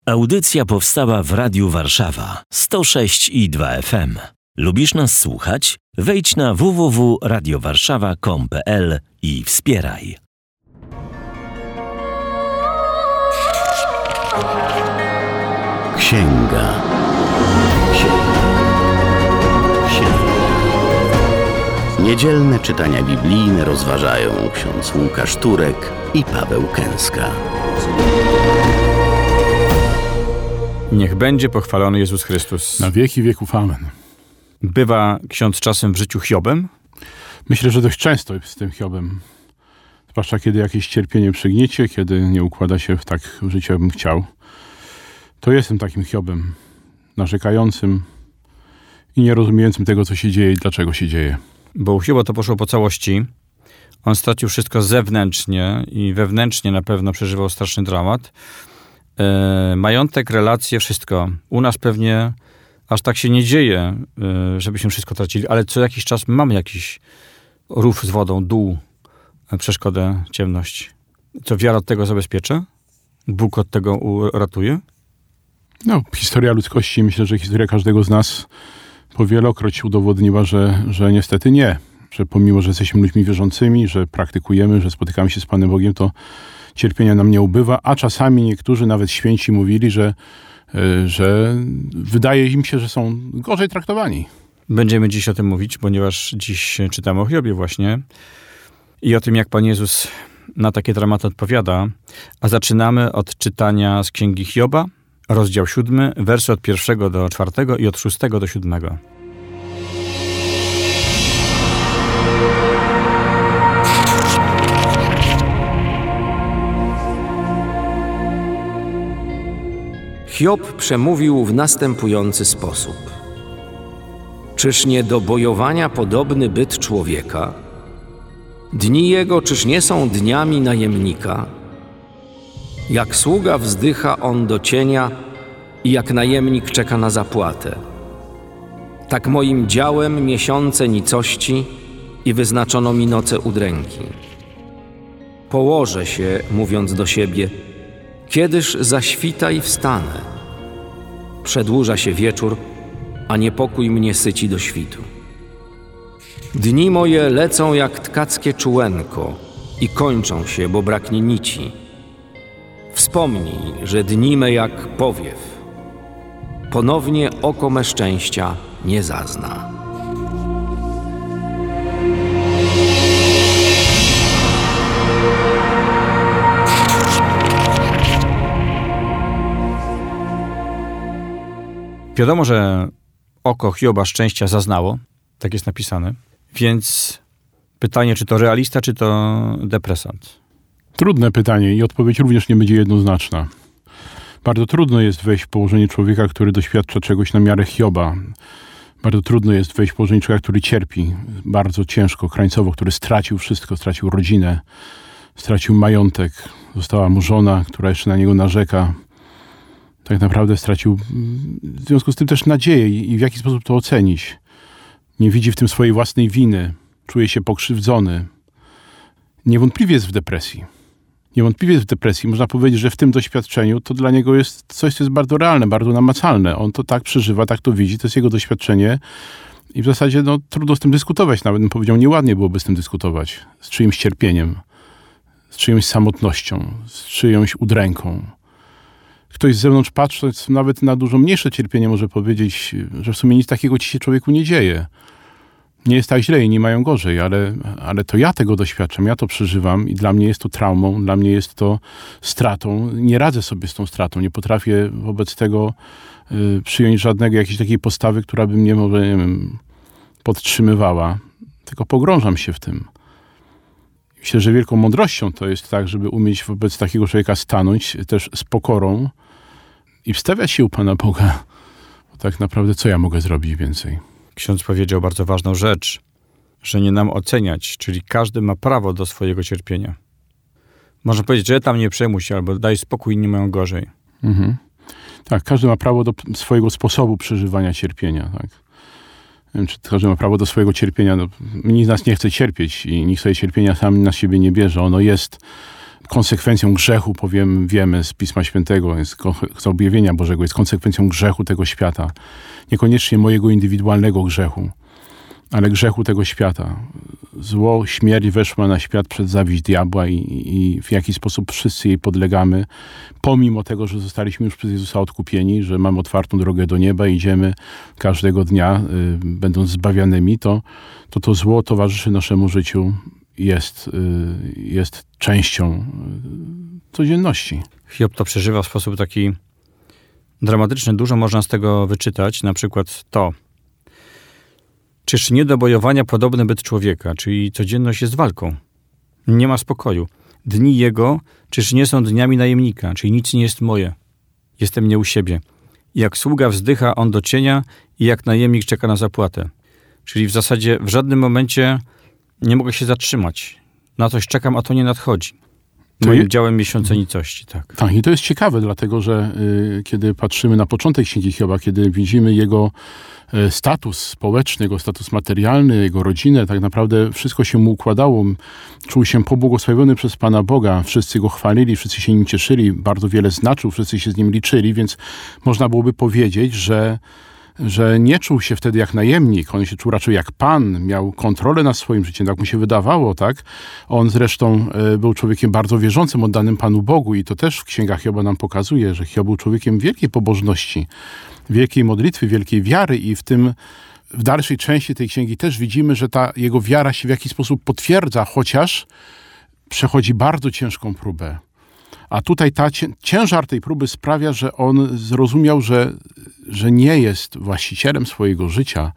Audycja powstała w Radiu Warszawa 106,2 FM. Lubisz nas słuchać? Wejdź na www.radiowarszawa.com.pl i wspieraj. Księga. Niedzielne czytania biblijne rozważają ksiądz Łukasz Turek i Paweł Kęska. Niech będzie pochwalony Jezus Chrystus. Na wieki wieków amen. Bywa ksiądz czasem w życiu Hiobem? Myślę, że dość często z tym Hiobem. Zwłaszcza kiedy jakieś cierpienie przygniecie, kiedy nie układa się tak w życiu, jakbym chciał. To jestem takim Hiobem, narzekającym i nierozumiejącym tego, co się dzieje i dlaczego się dzieje. Bo u Hioba to poszło po całości. On stracił wszystko zewnętrznie i wewnętrznie na pewno przeżywał straszny dramat. Majątek, relacje, wszystko. U nas pewnie aż tak się nie dzieje, żebyśmy wszystko tracili, ale co jakiś czas mamy jakiś rów z wodą, dół, przeszkodę, ciemność. Co wiara od tego zabezpiecza? Bóg od tego uratuje? No, historia ludzkości, myślę, że historia każdego z nas powielokroć udowodniła, że niestety nie. Że pomimo, że jesteśmy ludźmi wierzącymi, że praktykujemy, że spotykamy się z Panem Bogiem, to cierpienia nam nie ubywa, a czasami niektórzy, nawet święci, mówili, że wydaje im się, że są gorzej traktowani. Będziemy dziś o tym mówić, ponieważ dziś czytamy o Hiobie właśnie i o tym, jak Pan Jezus na takie dramaty odpowiada. A zaczynamy od czytania z Księgi Hioba, rozdział 7, wersy od 1 do 4 i od 6 do 7. Hiob przemówił w następujący sposób. Czyż nie do bojowania podobny byt człowieka? Dni jego czyż nie są dniami najemnika? Jak sługa wzdycha on do cienia i jak najemnik czeka na zapłatę. Tak moim działem miesiące nicości i wyznaczono mi noce udręki. Położę się, mówiąc do siebie, kiedyż zaświta i wstanę. Przedłuża się wieczór, a niepokój mnie syci do świtu. Dni moje lecą jak tkackie czułenko i kończą się, bo braknie nici. Wspomnij, że dni me jak powiew. Ponownie oko me szczęścia nie zazna. Wiadomo, że oko Hioba szczęścia zaznało, tak jest napisane, więc pytanie, czy to realista, czy to depresant? Trudne pytanie i odpowiedź również nie będzie jednoznaczna. Bardzo trudno jest wejść w położenie człowieka, który doświadcza czegoś na miarę Hioba. Bardzo trudno jest wejść w położenie człowieka, który cierpi bardzo ciężko, krańcowo, który stracił wszystko, stracił rodzinę, stracił majątek, została mu żona, która jeszcze na niego narzeka. Tak naprawdę stracił w związku z tym też nadzieję i w jaki sposób to ocenić. Nie widzi w tym swojej własnej winy, czuje się pokrzywdzony. Niewątpliwie jest w depresji. Niewątpliwie jest w depresji. Można powiedzieć, że w tym doświadczeniu to dla niego jest coś, co jest bardzo realne, bardzo namacalne. On to tak przeżywa, tak to widzi, to jest jego doświadczenie i w zasadzie trudno z tym dyskutować. Nawet bym powiedział, nieładnie byłoby z tym dyskutować. Z czyimś cierpieniem, z czyjąś samotnością, z czyjąś udręką. Ktoś z zewnątrz patrząc nawet na dużo mniejsze cierpienie może powiedzieć, że w sumie nic takiego ci się człowieku nie dzieje. Nie jest tak źle i nie mają gorzej, ale to ja tego doświadczam, ja to przeżywam i dla mnie jest to traumą, dla mnie jest to stratą. Nie radzę sobie z tą stratą, nie potrafię wobec tego przyjąć jakiejś takiej postawy, która by mnie może, nie wiem, podtrzymywała, tylko pogrążam się w tym. Myślę, że wielką mądrością to jest tak, żeby umieć wobec takiego człowieka stanąć też z pokorą i wstawiać się u Pana Boga. Bo tak naprawdę co ja mogę zrobić więcej? Ksiądz powiedział bardzo ważną rzecz, że nie nam oceniać, czyli każdy ma prawo do swojego cierpienia. Można powiedzieć, że tam nie przejmuj się, albo daj spokój, inni mają gorzej. Mhm. Tak, każdy ma prawo do swojego sposobu przeżywania cierpienia. Tak. Nie wiem, czy każdy ma prawo do swojego cierpienia. Nikt z nas nie chce cierpieć i nikt sobie cierpienia sam na siebie nie bierze. Ono jest konsekwencją grzechu, wiemy z Pisma Świętego, z objawienia Bożego, jest konsekwencją grzechu tego świata. Niekoniecznie mojego indywidualnego grzechu, ale grzechu tego świata. Zło, śmierć weszła na świat przez zawiść diabła i w jaki sposób wszyscy jej podlegamy, pomimo tego, że zostaliśmy już przez Jezusa odkupieni, że mamy otwartą drogę do nieba, idziemy każdego dnia, będąc zbawianymi, to zło towarzyszy naszemu życiu, jest częścią codzienności. Hiob to przeżywa w sposób taki dramatyczny. Dużo można z tego wyczytać, na przykład to. Czyż nie do bojowania podobny byt człowieka, czyli codzienność jest walką. Nie ma spokoju. Dni jego, czyż nie są dniami najemnika, czyli nic nie jest moje. Jestem nie u siebie. Jak sługa wzdycha on do cienia i jak najemnik czeka na zapłatę. Czyli w zasadzie w żadnym momencie nie mogę się zatrzymać. Na coś czekam, a to nie nadchodzi. Moim działem miesiąca nicości, tak. Tak, i to jest ciekawe, dlatego że kiedy patrzymy na początek Księgi Hioba, kiedy widzimy jego status społeczny, jego status materialny, jego rodzinę, tak naprawdę wszystko się mu układało. Czuł się pobłogosławiony przez Pana Boga. Wszyscy go chwalili, wszyscy się nim cieszyli, bardzo wiele znaczył, wszyscy się z nim liczyli, więc można byłoby powiedzieć, że nie czuł się wtedy jak najemnik, on się czuł raczej jak Pan, miał kontrolę nad swoim życiem, tak mu się wydawało, tak? On zresztą był człowiekiem bardzo wierzącym, oddanym Panu Bogu i to też w księgach Hioba nam pokazuje, że Hiob był człowiekiem wielkiej pobożności, wielkiej modlitwy, wielkiej wiary i w dalszej części tej księgi też widzimy, że ta jego wiara się w jakiś sposób potwierdza, chociaż przechodzi bardzo ciężką próbę. A tutaj ciężar tej próby sprawia, że on zrozumiał, że nie jest właścicielem swojego życia,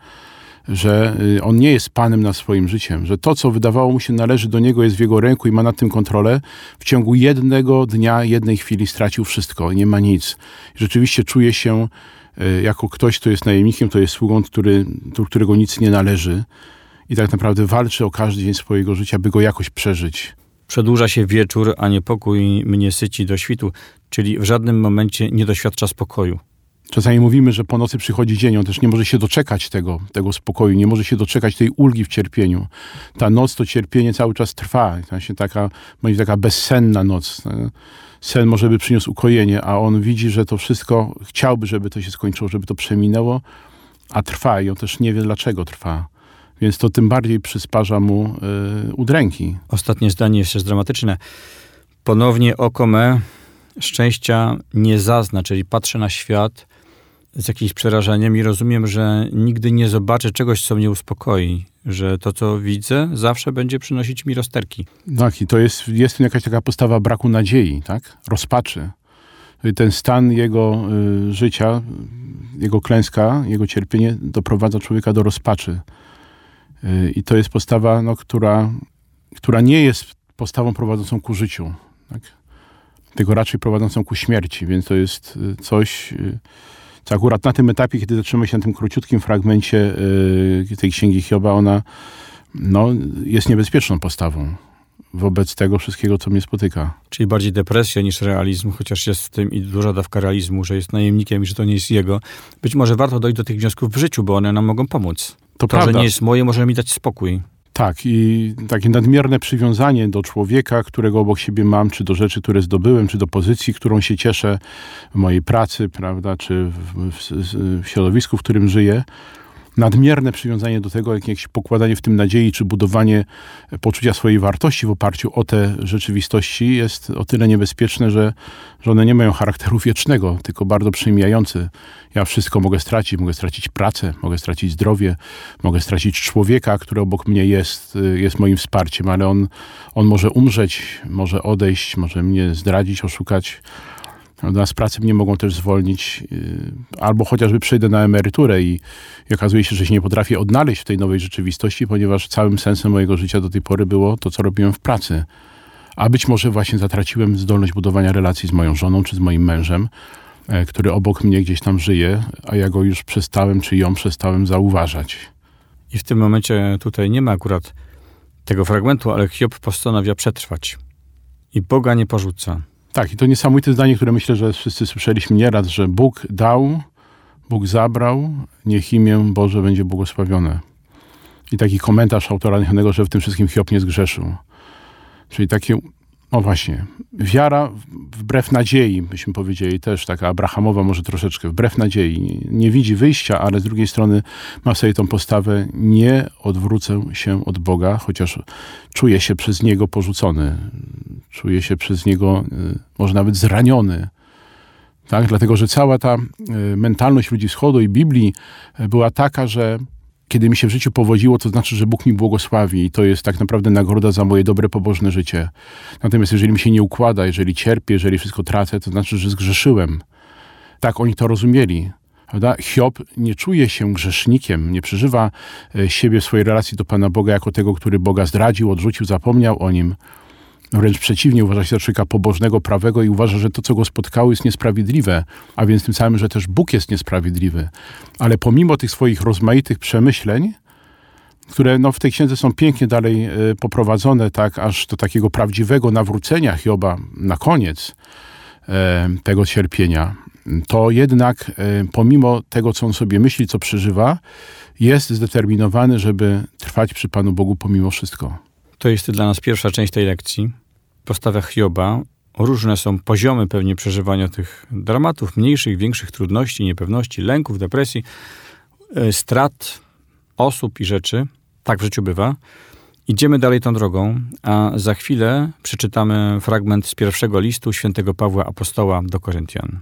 że on nie jest panem nad swoim życiem, że to, co wydawało mu się należy do niego, jest w jego ręku i ma nad tym kontrolę. W ciągu jednego dnia, jednej chwili stracił wszystko, nie ma nic. Rzeczywiście czuje się jako ktoś, kto jest najemnikiem, to jest sługą, do którego nic nie należy i tak naprawdę walczy o każdy dzień swojego życia, by go jakoś przeżyć. Przedłuża się wieczór, a niepokój mnie syci do świtu, czyli w żadnym momencie nie doświadcza spokoju. Czasami mówimy, że po nocy przychodzi dzień, on też nie może się doczekać tego spokoju, nie może się doczekać tej ulgi w cierpieniu. Ta noc, to cierpienie cały czas trwa. Będzie taka bezsenna noc. Sen może by przyniósł ukojenie, a on widzi, że to wszystko, chciałby, żeby to się skończyło, żeby to przeminęło, a trwa i on też nie wie, dlaczego trwa. Więc to tym bardziej przysparza mu udręki. Ostatnie zdanie jest też dramatyczne. Ponownie oko me szczęścia nie zazna, czyli patrzę na świat z jakimś przerażeniem i rozumiem, że nigdy nie zobaczę czegoś, co mnie uspokoi. Że to, co widzę, zawsze będzie przynosić mi rozterki. Tak, i to jest jakaś taka postawa braku nadziei, tak? Rozpaczy. Ten stan jego życia, jego klęska, jego cierpienie doprowadza człowieka do rozpaczy. I to jest postawa, która nie jest postawą prowadzącą ku życiu, tak? Tylko raczej prowadzącą ku śmierci, więc to jest coś, co akurat na tym etapie, kiedy zatrzymamy się na tym króciutkim fragmencie tej Księgi Hioba, ona jest niebezpieczną postawą wobec tego wszystkiego, co mnie spotyka. Czyli bardziej depresja niż realizm, chociaż jest w tym i duża dawka realizmu, że jest najemnikiem i że to nie jest jego. Być może warto dojść do tych wniosków w życiu, bo one nam mogą pomóc. To że nie jest moje, może mi dać spokój. Tak, i takie nadmierne przywiązanie do człowieka, którego obok siebie mam, czy do rzeczy, które zdobyłem, czy do pozycji, którą się cieszę w mojej pracy, prawda, czy w środowisku, w którym żyję. Nadmierne przywiązanie do tego, jakieś pokładanie w tym nadziei, czy budowanie poczucia swojej wartości w oparciu o te rzeczywistości jest o tyle niebezpieczne, że one nie mają charakteru wiecznego, tylko bardzo przemijający. Ja wszystko mogę stracić pracę, mogę stracić zdrowie, mogę stracić człowieka, który obok mnie jest moim wsparciem, ale on może umrzeć, może odejść, może mnie zdradzić, oszukać. Z pracy mnie mogą też zwolnić, albo chociażby przejdę na emeryturę i okazuje się, że się nie potrafię odnaleźć w tej nowej rzeczywistości, ponieważ całym sensem mojego życia do tej pory było to, co robiłem w pracy. A być może właśnie zatraciłem zdolność budowania relacji z moją żoną czy z moim mężem, który obok mnie gdzieś tam żyje, a ja go już przestałem, czy ją przestałem zauważać. I w tym momencie tutaj nie ma akurat tego fragmentu, ale Hiob postanawia przetrwać. I Boga nie porzuca. Tak, i to niesamowite zdanie, które myślę, że wszyscy słyszeliśmy nieraz, że Bóg dał, Bóg zabrał, niech imię Boże będzie błogosławione. I taki komentarz autora Natchnionego, że w tym wszystkim Hiob nie zgrzeszył. Czyli takie O właśnie, wiara wbrew nadziei, byśmy powiedzieli, też taka abrahamowa może troszeczkę, wbrew nadziei. Nie widzi wyjścia, ale z drugiej strony ma sobie tą postawę, nie odwrócę się od Boga, chociaż czuje się przez Niego porzucony, czuje się przez Niego może nawet zraniony. Tak? Dlatego, że cała ta mentalność ludzi wschodu i Biblii była taka, że kiedy mi się w życiu powodziło, to znaczy, że Bóg mi błogosławi i to jest tak naprawdę nagroda za moje dobre, pobożne życie. Natomiast jeżeli mi się nie układa, jeżeli cierpię, jeżeli wszystko tracę, to znaczy, że zgrzeszyłem. Tak oni to rozumieli. Prawda? Hiob nie czuje się grzesznikiem, nie przeżywa siebie w swojej relacji do Pana Boga jako tego, który Boga zdradził, odrzucił, zapomniał o Nim. Wręcz przeciwnie, uważa się za człowieka pobożnego, prawego i uważa, że to, co go spotkało, jest niesprawiedliwe, a więc tym samym, że też Bóg jest niesprawiedliwy. Ale pomimo tych swoich rozmaitych przemyśleń, które w tej księdze są pięknie dalej poprowadzone, tak, aż do takiego prawdziwego nawrócenia Hioba na koniec tego cierpienia, to jednak pomimo tego, co on sobie myśli, co przeżywa, jest zdeterminowany, żeby trwać przy Panu Bogu pomimo wszystko. To jest dla nas pierwsza część tej lekcji. Postawa Hioba. Różne są poziomy pewnie przeżywania tych dramatów, mniejszych, większych trudności, niepewności, lęków, depresji, strat osób i rzeczy. Tak w życiu bywa. Idziemy dalej tą drogą, a za chwilę przeczytamy fragment z pierwszego listu świętego Pawła Apostoła do Koryntian.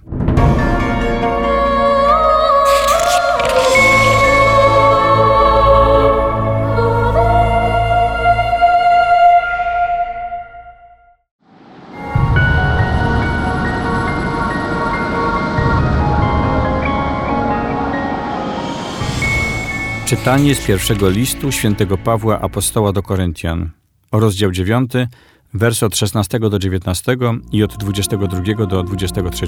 Czytanie z pierwszego listu świętego Pawła Apostoła do Koryntian. Rozdział 9, wers od 16 do 19 i od 22 do 23.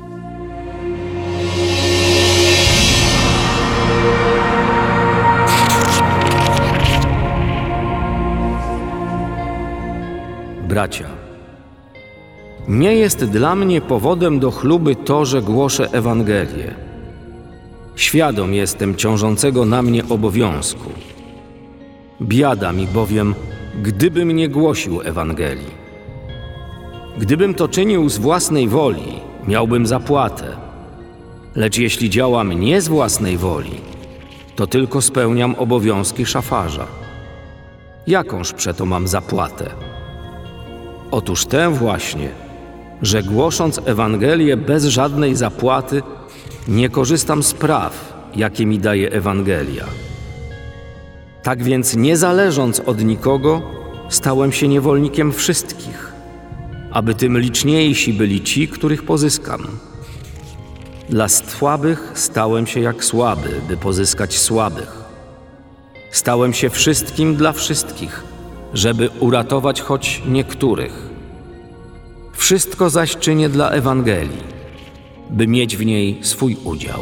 Bracia, nie jest dla mnie powodem do chluby to, że głoszę Ewangelię. Świadom jestem ciążącego na mnie obowiązku. Biada mi bowiem, gdybym nie głosił Ewangelii. Gdybym to czynił z własnej woli, miałbym zapłatę. Lecz jeśli działam nie z własnej woli, to tylko spełniam obowiązki szafarza. Jakąż przeto mam zapłatę? Otóż tę właśnie, że głosząc Ewangelię bez żadnej zapłaty, nie korzystam z praw, jakie mi daje Ewangelia. Tak więc, nie zależąc od nikogo, stałem się niewolnikiem wszystkich, aby tym liczniejsi byli ci, których pozyskam. Dla słabych stałem się jak słaby, by pozyskać słabych. Stałem się wszystkim dla wszystkich, żeby uratować choć niektórych. Wszystko zaś czynię dla Ewangelii, by mieć w niej swój udział.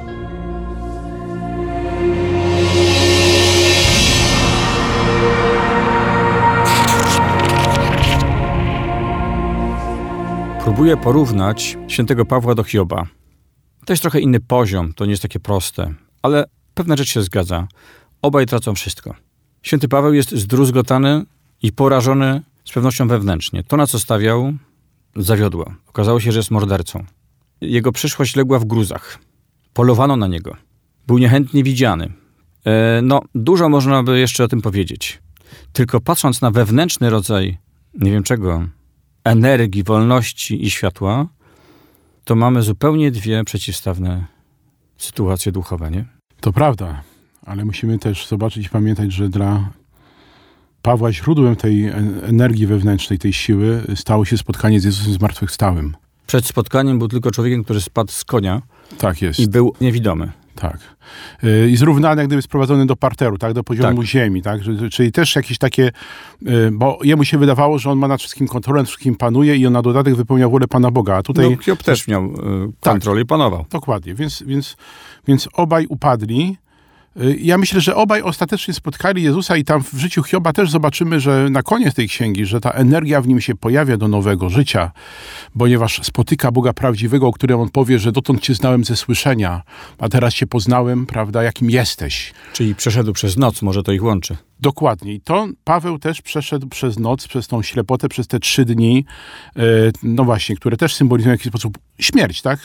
Próbuję porównać świętego Pawła do Hioba. To jest trochę inny poziom, to nie jest takie proste, ale pewna rzecz się zgadza. Obaj tracą wszystko. Święty Paweł jest zdruzgotany i porażony z pewnością wewnętrznie. To, na co stawiał, zawiodło. Okazało się, że jest mordercą. Jego przyszłość legła w gruzach. Polowano na niego. Był niechętnie widziany. Dużo można by jeszcze o tym powiedzieć. Tylko patrząc na wewnętrzny rodzaj, nie wiem czego, energii, wolności i światła, to mamy zupełnie dwie przeciwstawne sytuacje duchowe, nie? To prawda, ale musimy też zobaczyć i pamiętać, że dla Pawła źródłem tej energii wewnętrznej, tej siły stało się spotkanie z Jezusem zmartwychwstałym. Przed spotkaniem był tylko człowiekiem, który spadł z konia. Tak jest. I był niewidomy. Tak. I zrównany jak gdyby sprowadzony do parteru, tak, do poziomu ziemi, tak, czyli też jakieś takie, bo jemu się wydawało, że on ma nad wszystkim kontrolę, nad wszystkim panuje i on na dodatek wypełniał wolę Pana Boga, a tutaj... Hiob też miał kontrolę i panował. Dokładnie, więc obaj upadli. Ja myślę, że obaj ostatecznie spotkali Jezusa i tam w życiu Hioba też zobaczymy, że na koniec tej księgi, że ta energia w nim się pojawia do nowego życia, ponieważ spotyka Boga prawdziwego, o którym on powie, że dotąd Cię znałem ze słyszenia, a teraz Cię poznałem, prawda, jakim jesteś. Czyli przeszedł przez noc, może to ich łączy. Dokładnie. I to Paweł też przeszedł przez noc, przez tą ślepotę, przez te 3 dni, no właśnie, które też symbolizują w jakiś sposób śmierć, tak?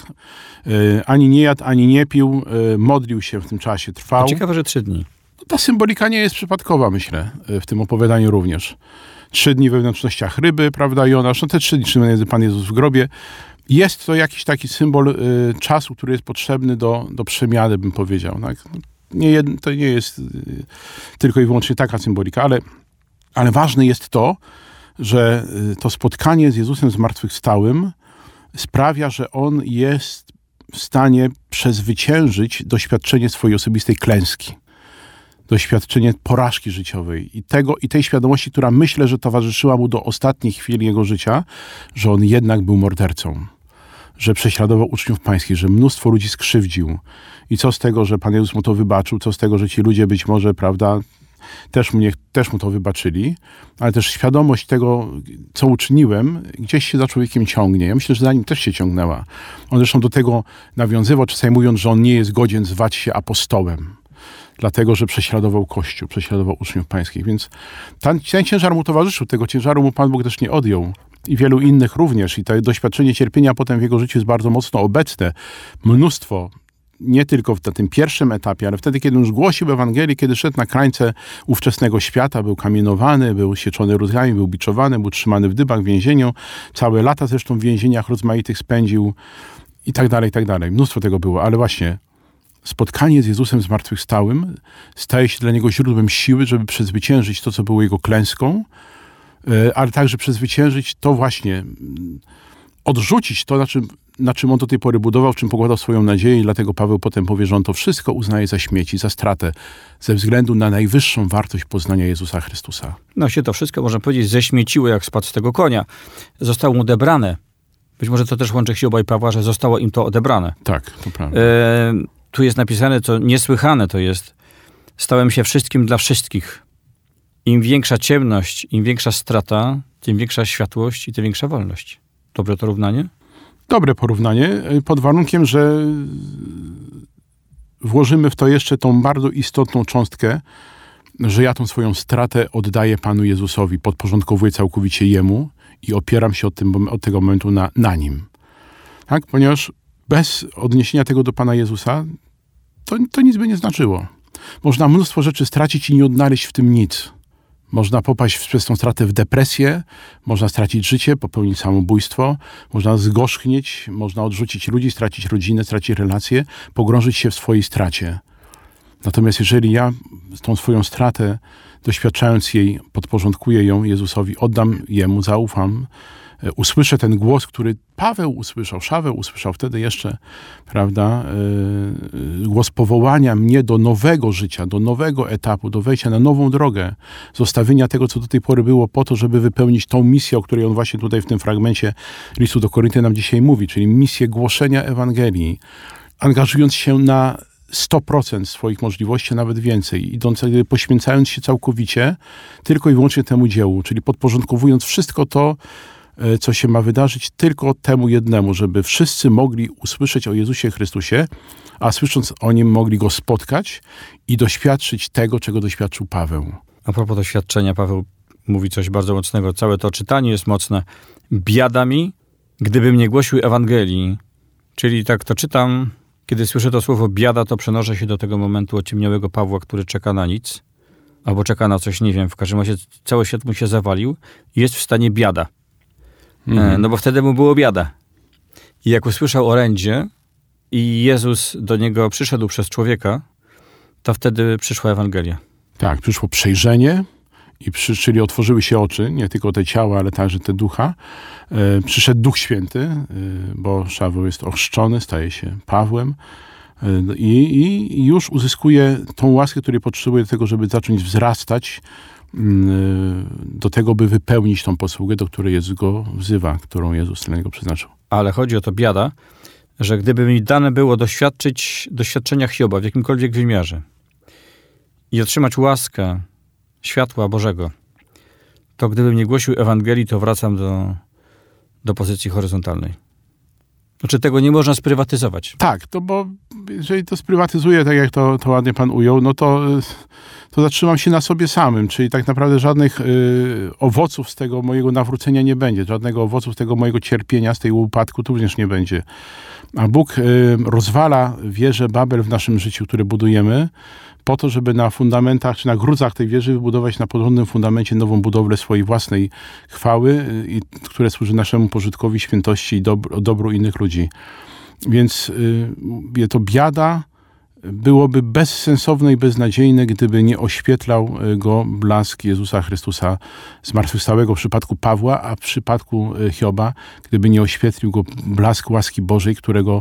Ani nie jadł, ani nie pił, modlił się w tym czasie, trwał. To ciekawe, że 3 dni. Ta symbolika nie jest przypadkowa, myślę, w tym opowiadaniu również. 3 dni we wnętrznościach ryby, prawda, Jonasz? No te 3 dni, trzymany Pan Jezus w grobie. Jest to jakiś taki symbol czasu, który jest potrzebny do przemiany, bym powiedział, tak? To nie jest tylko i wyłącznie taka symbolika, ale ważne jest to, że to spotkanie z Jezusem zmartwychwstałym sprawia, że On jest w stanie przezwyciężyć doświadczenie swojej osobistej klęski, doświadczenie porażki życiowej i tej świadomości, która myślę, że towarzyszyła mu do ostatnich chwil jego życia, że on jednak był mordercą, że prześladował uczniów pańskich, że mnóstwo ludzi skrzywdził. I co z tego, że Pan Jezus mu to wybaczył, co z tego, że ci ludzie być może, prawda, też mu to wybaczyli, ale też świadomość tego, co uczyniłem, gdzieś się za człowiekiem ciągnie. Ja myślę, że za nim też się ciągnęła. On zresztą do tego nawiązywał, czasami mówiąc, że on nie jest godzien zwać się apostołem, dlatego, że prześladował Kościół, prześladował uczniów pańskich. Więc ten ciężar mu towarzyszył, tego ciężaru mu Pan Bóg też nie odjął. I wielu innych również. I to doświadczenie cierpienia potem w jego życiu jest bardzo mocno obecne. Mnóstwo, nie tylko na tym pierwszym etapie, ale wtedy, kiedy już głosił Ewangelię, kiedy szedł na krańce ówczesnego świata, był kamienowany, był sieczony rózgami, był biczowany, był trzymany w dybach, w więzieniu. Całe lata zresztą w więzieniach rozmaitych spędził i tak dalej, i tak dalej. Mnóstwo tego było, ale właśnie spotkanie z Jezusem zmartwychwstałym staje się dla niego źródłem siły, żeby przezwyciężyć to, co było jego klęską, ale także przezwyciężyć to właśnie, odrzucić to, na czym on do tej pory budował, w czym pokładał swoją nadzieję i dlatego Paweł potem powie, że on to wszystko uznaje za śmieci, za stratę, ze względu na najwyższą wartość poznania Jezusa Chrystusa. No się to wszystko, można powiedzieć, ześmieciło, jak spadł z tego konia. Zostało mu odebrane. Być może to też łączy Hioba i Pawła, że zostało im to odebrane. Tak, to prawda. Tu jest napisane, co niesłychane to jest. Stałem się wszystkim dla wszystkich. Im większa ciemność, im większa strata, tym większa światłość i tym większa wolność. Dobre to równanie? Dobre porównanie, pod warunkiem, że włożymy w to jeszcze tą bardzo istotną cząstkę, że ja tą swoją stratę oddaję Panu Jezusowi, podporządkowuję całkowicie Jemu i opieram się od tego momentu na Nim. Tak? Ponieważ bez odniesienia tego do Pana Jezusa to nic by nie znaczyło. Można mnóstwo rzeczy stracić i nie odnaleźć w tym nic. Można popaść przez tą stratę w depresję, można stracić życie, popełnić samobójstwo, można zgorzchnieć, można odrzucić ludzi, stracić rodzinę, stracić relacje, pogrążyć się w swojej stracie. Natomiast jeżeli ja tą swoją stratę, doświadczając jej, podporządkuję ją Jezusowi, oddam Jemu, zaufam, usłyszę ten głos, który Szaweł usłyszał wtedy jeszcze, prawda, głos powołania mnie do nowego życia, do nowego etapu, do wejścia na nową drogę, zostawienia tego, co do tej pory było po to, żeby wypełnić tą misję, o której on właśnie tutaj w tym fragmencie listu do Koryntian nam dzisiaj mówi, czyli misję głoszenia Ewangelii, angażując się na 100% swoich możliwości, a nawet więcej, poświęcając się całkowicie tylko i wyłącznie temu dziełu, czyli podporządkowując wszystko to, co się ma wydarzyć, tylko temu jednemu, żeby wszyscy mogli usłyszeć o Jezusie Chrystusie, a słysząc o Nim mogli Go spotkać i doświadczyć tego, czego doświadczył Paweł. A propos doświadczenia, Paweł mówi coś bardzo mocnego. Całe to czytanie jest mocne. Biada mi, gdybym nie głosił Ewangelii. Czyli tak to czytam, kiedy słyszę to słowo biada, to przenoszę się do tego momentu ociemniałego Pawła, który czeka na nic, albo czeka na coś, nie wiem, w każdym razie cały świat mu się zawalił i jest w stanie biada. No bo wtedy mu było biada. I jak usłyszał orędzie i Jezus do niego przyszedł przez człowieka, to wtedy przyszła Ewangelia. Tak, przyszło przejrzenie, czyli otworzyły się oczy, nie tylko te ciała, ale także te ducha. Przyszedł Duch Święty, bo Szaweł jest ochrzczony, staje się Pawłem i już uzyskuje tą łaskę, której potrzebuje do tego, żeby zacząć wzrastać, do tego, by wypełnić tą posługę, do której Jezus go wzywa, którą Jezus dla niego przeznaczył. Ale chodzi o to biada, że gdyby mi dane było doświadczyć doświadczenia Hioba w jakimkolwiek wymiarze i otrzymać łaskę światła Bożego, to gdybym nie głosił Ewangelii, to wracam do pozycji horyzontalnej. Znaczy tego nie można sprywatyzować. Tak, to bo jeżeli to sprywatyzuję, tak jak to ładnie pan ujął, no to zatrzymam się na sobie samym, czyli tak naprawdę żadnych owoców z tego mojego nawrócenia nie będzie, żadnego owocu z tego mojego cierpienia, z tego upadku tu również nie będzie. A Bóg rozwala wieżę Babel w naszym życiu, które budujemy, po to, żeby na fundamentach, czy na gruzach tej wieży wybudować na porządnym fundamencie nową budowlę swojej własnej chwały, które służy naszemu pożytkowi, świętości i dobru innych ludzi. Więc to biada byłoby bezsensowne i beznadziejne, gdyby nie oświetlał go blask Jezusa Chrystusa zmartwychwstałego w przypadku Pawła, a w przypadku Hioba, gdyby nie oświetlił go blask łaski Bożej, którego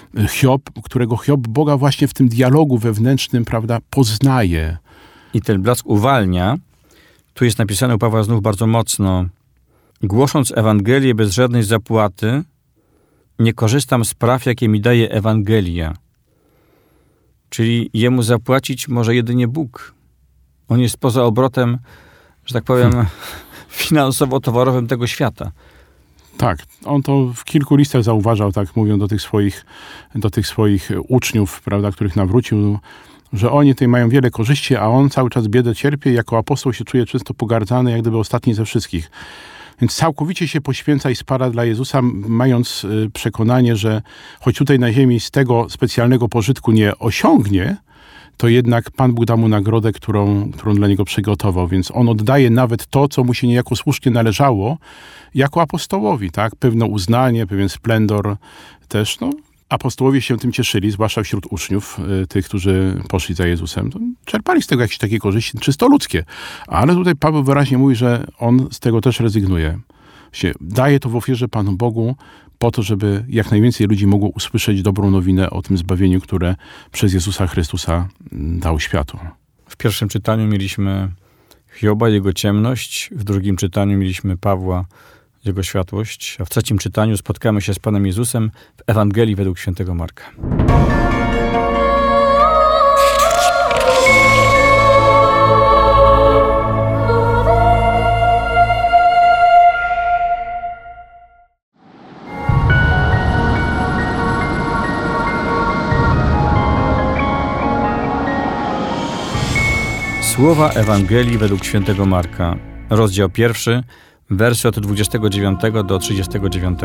Hiob Boga właśnie w tym dialogu wewnętrznym, prawda, poznaje. I ten blask uwalnia. Tu jest napisane u Pawła znów bardzo mocno. Głosząc Ewangelię bez żadnej zapłaty, nie korzystam z praw, jakie mi daje Ewangelia. Czyli jemu zapłacić może jedynie Bóg. On jest poza obrotem, że tak powiem, finansowo-towarowym tego świata. Tak, on to w kilku listach zauważał, tak mówią do tych swoich uczniów, prawda, których nawrócił, że oni tutaj mają wiele korzyści, a on cały czas biedę cierpi, jako apostoł się czuje często pogardzany, jak gdyby ostatni ze wszystkich. Więc całkowicie się poświęca i spala dla Jezusa, mając przekonanie, że choć tutaj na ziemi z tego specjalnego pożytku nie osiągnie, to jednak Pan Bóg da mu nagrodę, którą dla niego przygotował. Więc on oddaje nawet to, co mu się niejako słusznie należało, jako apostołowi, tak? Pewne uznanie, pewien splendor też, apostołowie się tym cieszyli, zwłaszcza wśród uczniów, tych, którzy poszli za Jezusem. To czerpali z tego jakieś takie korzyści, czysto ludzkie. Ale tutaj Paweł wyraźnie mówi, że on z tego też rezygnuje. Daje to w ofierze Panu Bogu po to, żeby jak najwięcej ludzi mogło usłyszeć dobrą nowinę o tym zbawieniu, które przez Jezusa Chrystusa dał światu. W pierwszym czytaniu mieliśmy Hioba, jego ciemność. W drugim czytaniu mieliśmy Pawła, jego światłość, a w trzecim czytaniu spotkamy się z Panem Jezusem w Ewangelii według świętego Marka. Słowa Ewangelii według świętego Marka, rozdział 1, wersy od 29 do 39.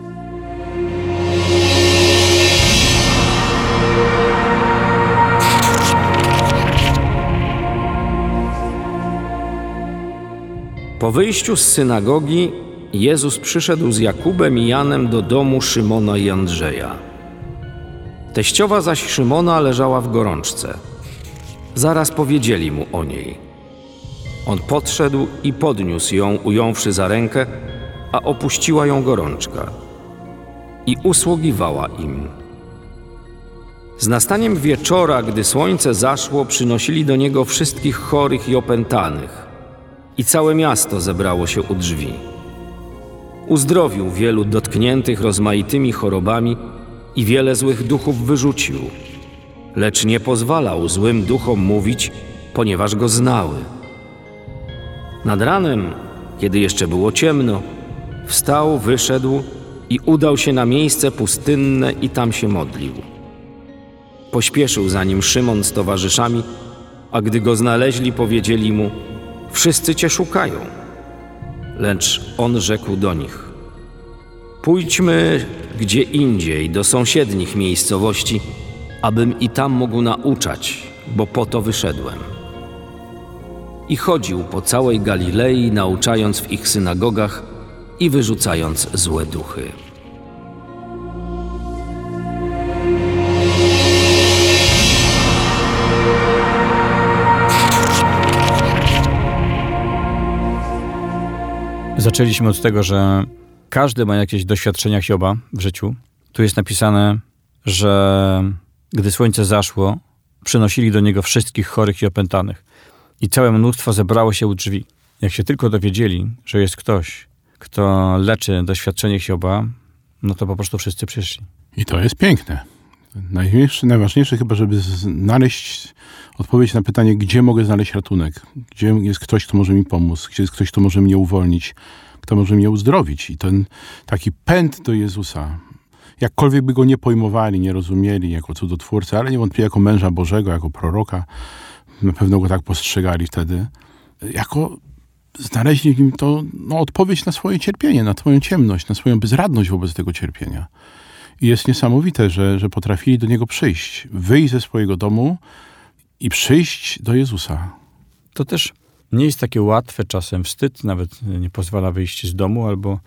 Po wyjściu z synagogi Jezus przyszedł z Jakubem i Janem do domu Szymona i Andrzeja. Teściowa zaś Szymona leżała w gorączce. Zaraz powiedzieli mu o niej. On podszedł i podniósł ją, ująwszy za rękę, a opuściła ją gorączka. I usługiwała im. Z nastaniem wieczora, gdy słońce zaszło, przynosili do niego wszystkich chorych i opętanych. I całe miasto zebrało się u drzwi. Uzdrowił wielu dotkniętych rozmaitymi chorobami i wiele złych duchów wyrzucił. Lecz nie pozwalał złym duchom mówić, ponieważ go znały. Nad ranem, kiedy jeszcze było ciemno, wstał, wyszedł i udał się na miejsce pustynne i tam się modlił. Pośpieszył za nim Szymon z towarzyszami, a gdy go znaleźli, powiedzieli mu: wszyscy cię szukają. Lecz on rzekł do nich: pójdźmy gdzie indziej, do sąsiednich miejscowości, abym i tam mógł nauczać, bo po to wyszedłem. I chodził po całej Galilei, nauczając w ich synagogach i wyrzucając złe duchy. Zaczęliśmy od tego, że każdy ma jakieś doświadczenia Hioba w życiu. Tu jest napisane, że gdy słońce zaszło, przynosili do niego wszystkich chorych i opętanych. I całe mnóstwo zebrało się u drzwi. Jak się tylko dowiedzieli, że jest ktoś, kto leczy doświadczenie Hioba, no to po prostu wszyscy przyszli. I to jest piękne. Najważniejsze chyba, żeby znaleźć odpowiedź na pytanie, gdzie mogę znaleźć ratunek, gdzie jest ktoś, kto może mi pomóc, gdzie jest ktoś, kto może mnie uwolnić, kto może mnie uzdrowić. I ten taki pęd do Jezusa jakkolwiek by go nie pojmowali, nie rozumieli jako cudotwórcę, ale niewątpliwie jako męża Bożego, jako proroka, na pewno go tak postrzegali wtedy, jako znaleźli w nim to odpowiedź na swoje cierpienie, na swoją ciemność, na swoją bezradność wobec tego cierpienia. I jest niesamowite, że potrafili do niego przyjść, wyjść ze swojego domu i przyjść do Jezusa. To też nie jest takie łatwe, czasem wstyd nawet nie pozwala wyjść z domu albo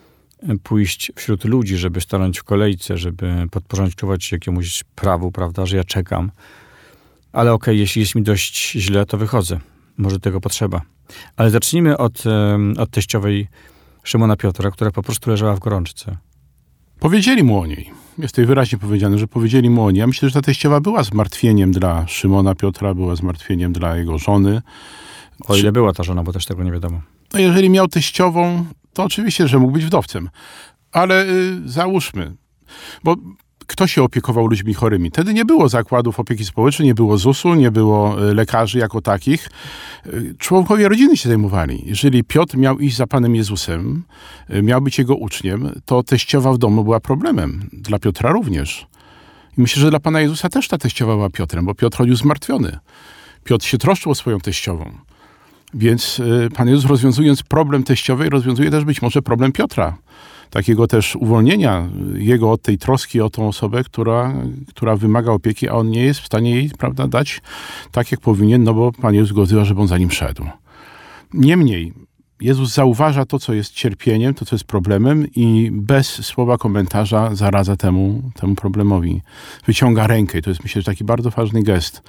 pójść wśród ludzi, żeby stanąć w kolejce, żeby podporządkować się jakiemuś prawu, prawda, że ja czekam. Ale okej, jeśli jest mi dość źle, to wychodzę. Może tego potrzeba. Ale zacznijmy od teściowej Szymona Piotra, która po prostu leżała w gorączce. Powiedzieli mu o niej. Jest tutaj wyraźnie powiedziane, że powiedzieli mu o niej. Ja myślę, że ta teściowa była zmartwieniem dla Szymona Piotra, była zmartwieniem dla jego żony. O ile była ta żona, bo też tego nie wiadomo. No jeżeli miał teściową, to oczywiście, że mógł być wdowcem. Ale załóżmy, bo kto się opiekował ludźmi chorymi? Wtedy nie było zakładów opieki społecznej, nie było ZUS-u, nie było lekarzy jako takich. Członkowie rodziny się zajmowali. Jeżeli Piotr miał iść za Panem Jezusem, miał być jego uczniem, to teściowa w domu była problemem. Dla Piotra również. I myślę, że dla Pana Jezusa też ta teściowa była Piotrem, bo Piotr chodził zmartwiony. Piotr się troszczył o swoją teściową. Więc Pan Jezus, rozwiązując problem teściowej, rozwiązuje też być może problem Piotra. Takiego też uwolnienia jego od tej troski o tą osobę, która wymaga opieki, a on nie jest w stanie jej, prawda, dać tak, jak powinien, no bo Pan Jezus go wzywa, żeby on za nim szedł. Niemniej, Jezus zauważa to, co jest cierpieniem, to, co jest problemem i bez słowa komentarza zaradza temu problemowi. Wyciąga rękę i to jest, myślę, że taki bardzo ważny gest.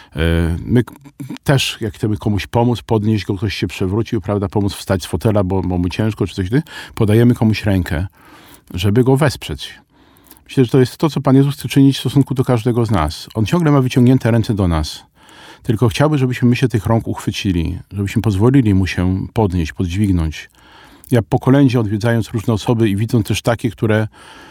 My też, jak chcemy komuś pomóc, podnieść go, ktoś się przewrócił, prawda, pomóc wstać z fotela, bo mu ciężko, czy coś takiego, podajemy komuś rękę, żeby go wesprzeć. Myślę, że to jest to, co Pan Jezus chce czynić w stosunku do każdego z nas. On ciągle ma wyciągnięte ręce do nas. Tylko chciałby, żebyśmy my się tych rąk uchwycili, żebyśmy pozwolili mu się podnieść, podźwignąć. Ja po kolędzie, odwiedzając różne osoby i widząc też takie, które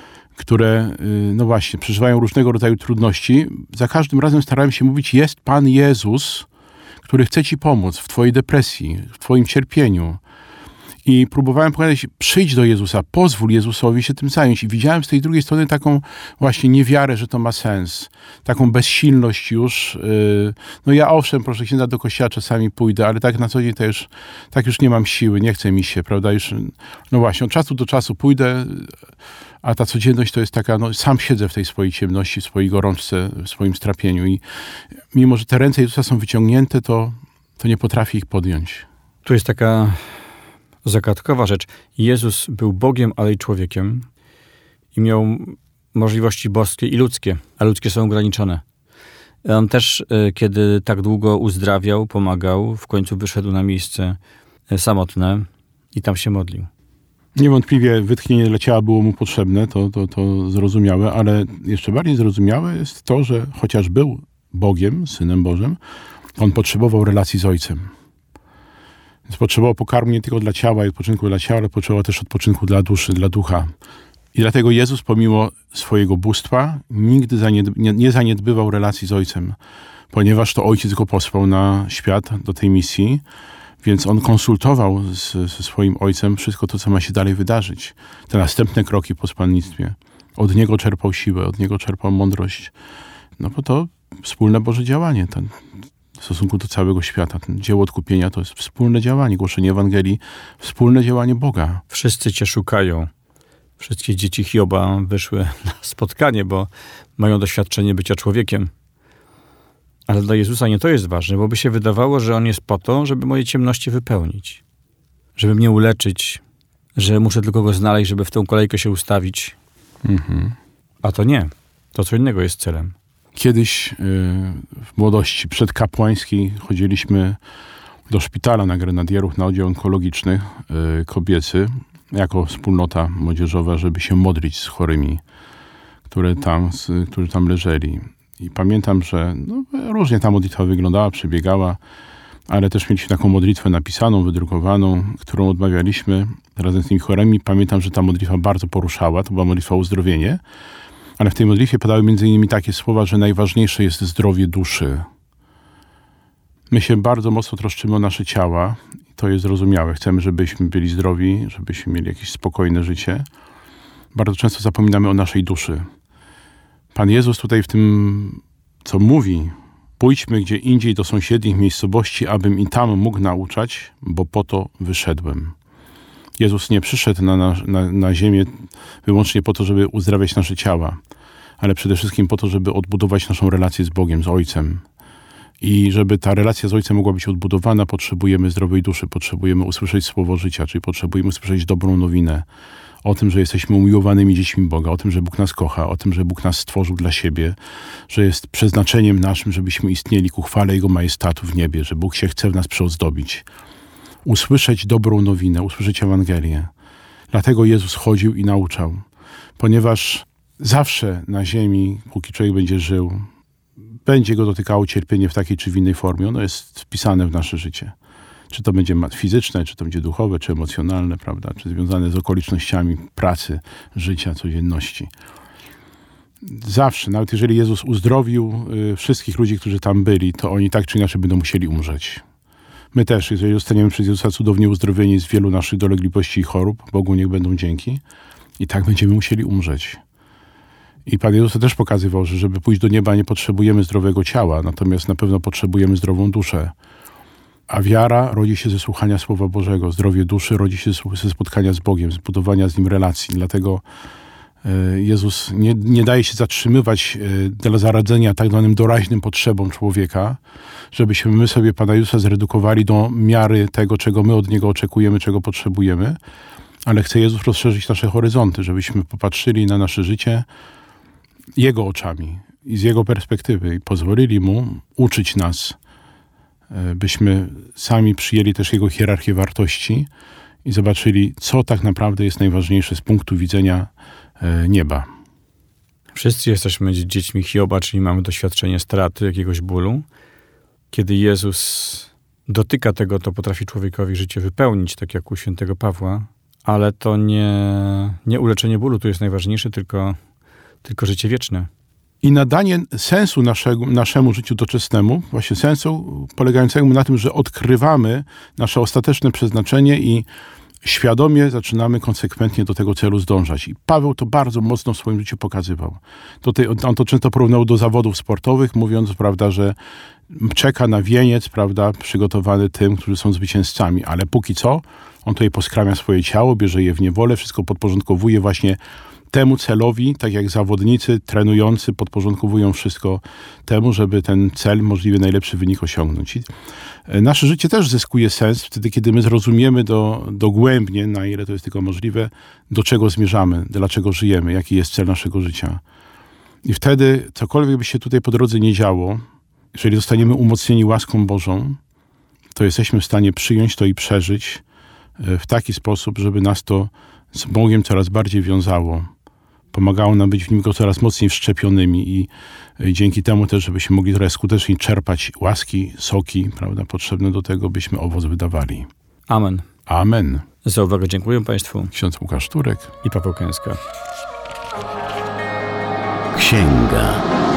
no właśnie, przeżywają różnego rodzaju trudności, za każdym razem starałem się mówić, jest Pan Jezus, który chce ci pomóc w twojej depresji, w twoim cierpieniu. I próbowałem powiedzieć, przyjdź do Jezusa, pozwól Jezusowi się tym zająć. I widziałem z tej drugiej strony taką właśnie niewiarę, że to ma sens. Taką bezsilność już. No ja owszem, proszę księdza, do kościoła czasami pójdę, ale tak na co dzień to już nie mam siły, nie chce mi się, prawda? Już, no właśnie, od czasu do czasu pójdę, a ta codzienność to jest taka, no sam siedzę w tej swojej ciemności, w swojej gorączce, w swoim strapieniu. I mimo, że te ręce Jezusa są wyciągnięte, to nie potrafi ich podjąć. Tu jest taka zagadkowa rzecz. Jezus był Bogiem, ale i człowiekiem i miał możliwości boskie i ludzkie, a ludzkie są ograniczone. On też, kiedy tak długo uzdrawiał, pomagał, w końcu wyszedł na miejsce samotne i tam się modlił. Niewątpliwie wytchnienie dla ciała było mu potrzebne, to zrozumiałe, ale jeszcze bardziej zrozumiałe jest to, że chociaż był Bogiem, Synem Bożym, on potrzebował relacji z Ojcem. Więc potrzebował pokarmu nie tylko dla ciała i odpoczynku dla ciała, ale potrzebował też odpoczynku dla duszy, dla ducha. I dlatego Jezus pomimo swojego bóstwa nigdy nie zaniedbywał relacji z Ojcem, ponieważ to Ojciec go posłał na świat do tej misji, więc on konsultował ze swoim Ojcem wszystko to, co ma się dalej wydarzyć. Te następne kroki po posłannictwie. Od Niego czerpał siłę, od Niego czerpał mądrość. No bo to wspólne Boże działanie. W stosunku do całego świata. Dzieło odkupienia to jest wspólne działanie, głoszenie Ewangelii, wspólne działanie Boga. Wszyscy Cię szukają. Wszystkie dzieci Hioba wyszły na spotkanie, bo mają doświadczenie bycia człowiekiem. Ale dla Jezusa nie to jest ważne, bo by się wydawało, że On jest po to, żeby moje ciemności wypełnić. Żeby mnie uleczyć, że muszę tylko Go znaleźć, żeby w tę kolejkę się ustawić. A to nie. To co innego jest celem. Kiedyś w młodości przedkapłańskiej chodziliśmy do szpitala na Grenadierów, na oddział onkologiczny kobiecy, jako wspólnota młodzieżowa, żeby się modlić z chorymi, którzy tam leżeli. I pamiętam, że różnie ta modlitwa wyglądała, przebiegała, ale też mieliśmy taką modlitwę napisaną, wydrukowaną, którą odmawialiśmy razem z tymi chorymi. Pamiętam, że ta modlitwa bardzo poruszała, to była modlitwa o uzdrowienie, ale w tej modlitwie padały między innymi takie słowa, że najważniejsze jest zdrowie duszy. My się bardzo mocno troszczymy o nasze ciała i to jest zrozumiałe. Chcemy, żebyśmy byli zdrowi, żebyśmy mieli jakieś spokojne życie. Bardzo często zapominamy o naszej duszy. Pan Jezus tutaj w tym, co mówi, pójdźmy gdzie indziej do sąsiednich miejscowości, abym i tam mógł nauczać, bo po to wyszedłem. Jezus nie przyszedł na ziemię wyłącznie po to, żeby uzdrawiać nasze ciała, ale przede wszystkim po to, żeby odbudować naszą relację z Bogiem, z Ojcem. I żeby ta relacja z Ojcem mogła być odbudowana, potrzebujemy zdrowej duszy, potrzebujemy usłyszeć słowo życia, czyli potrzebujemy usłyszeć dobrą nowinę o tym, że jesteśmy umiłowanymi dziećmi Boga, o tym, że Bóg nas kocha, o tym, że Bóg nas stworzył dla siebie, że jest przeznaczeniem naszym, żebyśmy istnieli ku chwale Jego majestatu w niebie, że Bóg się chce w nas przeozdobić. Usłyszeć dobrą nowinę, usłyszeć Ewangelię. Dlatego Jezus chodził i nauczał, ponieważ zawsze na ziemi, póki człowiek będzie żył, będzie go dotykało cierpienie w takiej czy w innej formie. Ono jest wpisane w nasze życie. Czy to będzie fizyczne, czy to będzie duchowe, czy emocjonalne, prawda? Czy związane z okolicznościami pracy, życia, codzienności. Zawsze, nawet jeżeli Jezus uzdrowił wszystkich ludzi, którzy tam byli, to oni tak czy inaczej będą musieli umrzeć. My też, jeżeli zostaniemy przez Jezusa cudownie uzdrowieni z wielu naszych dolegliwości i chorób, Bogu niech będą dzięki, i tak będziemy musieli umrzeć. I Pan Jezus też pokazywał, że żeby pójść do nieba nie potrzebujemy zdrowego ciała, natomiast na pewno potrzebujemy zdrową duszę. A wiara rodzi się ze słuchania Słowa Bożego. Zdrowie duszy rodzi się ze spotkania z Bogiem, z budowania z Nim relacji. Dlatego Jezus nie daje się zatrzymywać dla zaradzenia tak zwanym doraźnym potrzebom człowieka, żebyśmy my sobie Pana Jezusa zredukowali do miary tego, czego my od Niego oczekujemy, czego potrzebujemy. Ale chce Jezus rozszerzyć nasze horyzonty, żebyśmy popatrzyli na nasze życie Jego oczami i z Jego perspektywy i pozwolili Mu uczyć nas, byśmy sami przyjęli też Jego hierarchię wartości i zobaczyli, co tak naprawdę jest najważniejsze z punktu widzenia nieba. Wszyscy jesteśmy dziećmi Hioba, czyli mamy doświadczenie straty, jakiegoś bólu. Kiedy Jezus dotyka tego, to potrafi człowiekowi życie wypełnić, tak jak u świętego Pawła, ale to nie uleczenie bólu tu jest najważniejsze, tylko życie wieczne. I nadanie sensu naszemu życiu doczesnemu, właśnie sensu polegającego na tym, że odkrywamy nasze ostateczne przeznaczenie i świadomie zaczynamy konsekwentnie do tego celu zdążać. I Paweł to bardzo mocno w swoim życiu pokazywał. On to często porównał do zawodów sportowych, mówiąc, prawda, że czeka na wieniec, prawda, przygotowany tym, którzy są zwycięzcami. Ale póki co, on tutaj poskramia swoje ciało, bierze je w niewolę, wszystko podporządkowuje właśnie temu celowi, tak jak zawodnicy trenujący podporządkowują wszystko temu, żeby ten cel, możliwie najlepszy wynik osiągnąć. I nasze życie też zyskuje sens wtedy, kiedy my zrozumiemy dogłębnie, na ile to jest tylko możliwe, do czego zmierzamy, dlaczego żyjemy, jaki jest cel naszego życia. I wtedy, cokolwiek by się tutaj po drodze nie działo, jeżeli zostaniemy umocnieni łaską Bożą, to jesteśmy w stanie przyjąć to i przeżyć w taki sposób, żeby nas to z Bogiem coraz bardziej wiązało. Pomagało nam być w Nim go coraz mocniej wszczepionymi i dzięki temu też, żebyśmy mogli trochę skuteczniej czerpać łaski, soki, prawda, potrzebne do tego, byśmy owoc wydawali. Amen. Amen. Za uwagę dziękuję Państwu. Ksiądz Łukasz Turek I Paweł Kęska. Księga.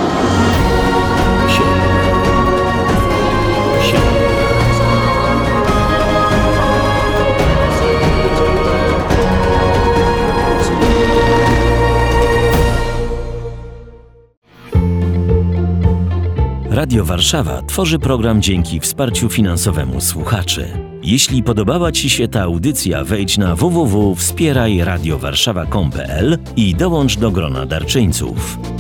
Radio Warszawa tworzy program dzięki wsparciu finansowemu słuchaczy. Jeśli podobała Ci się ta audycja, wejdź na www.wspierajradiowarszawa.com.pl i dołącz do grona darczyńców.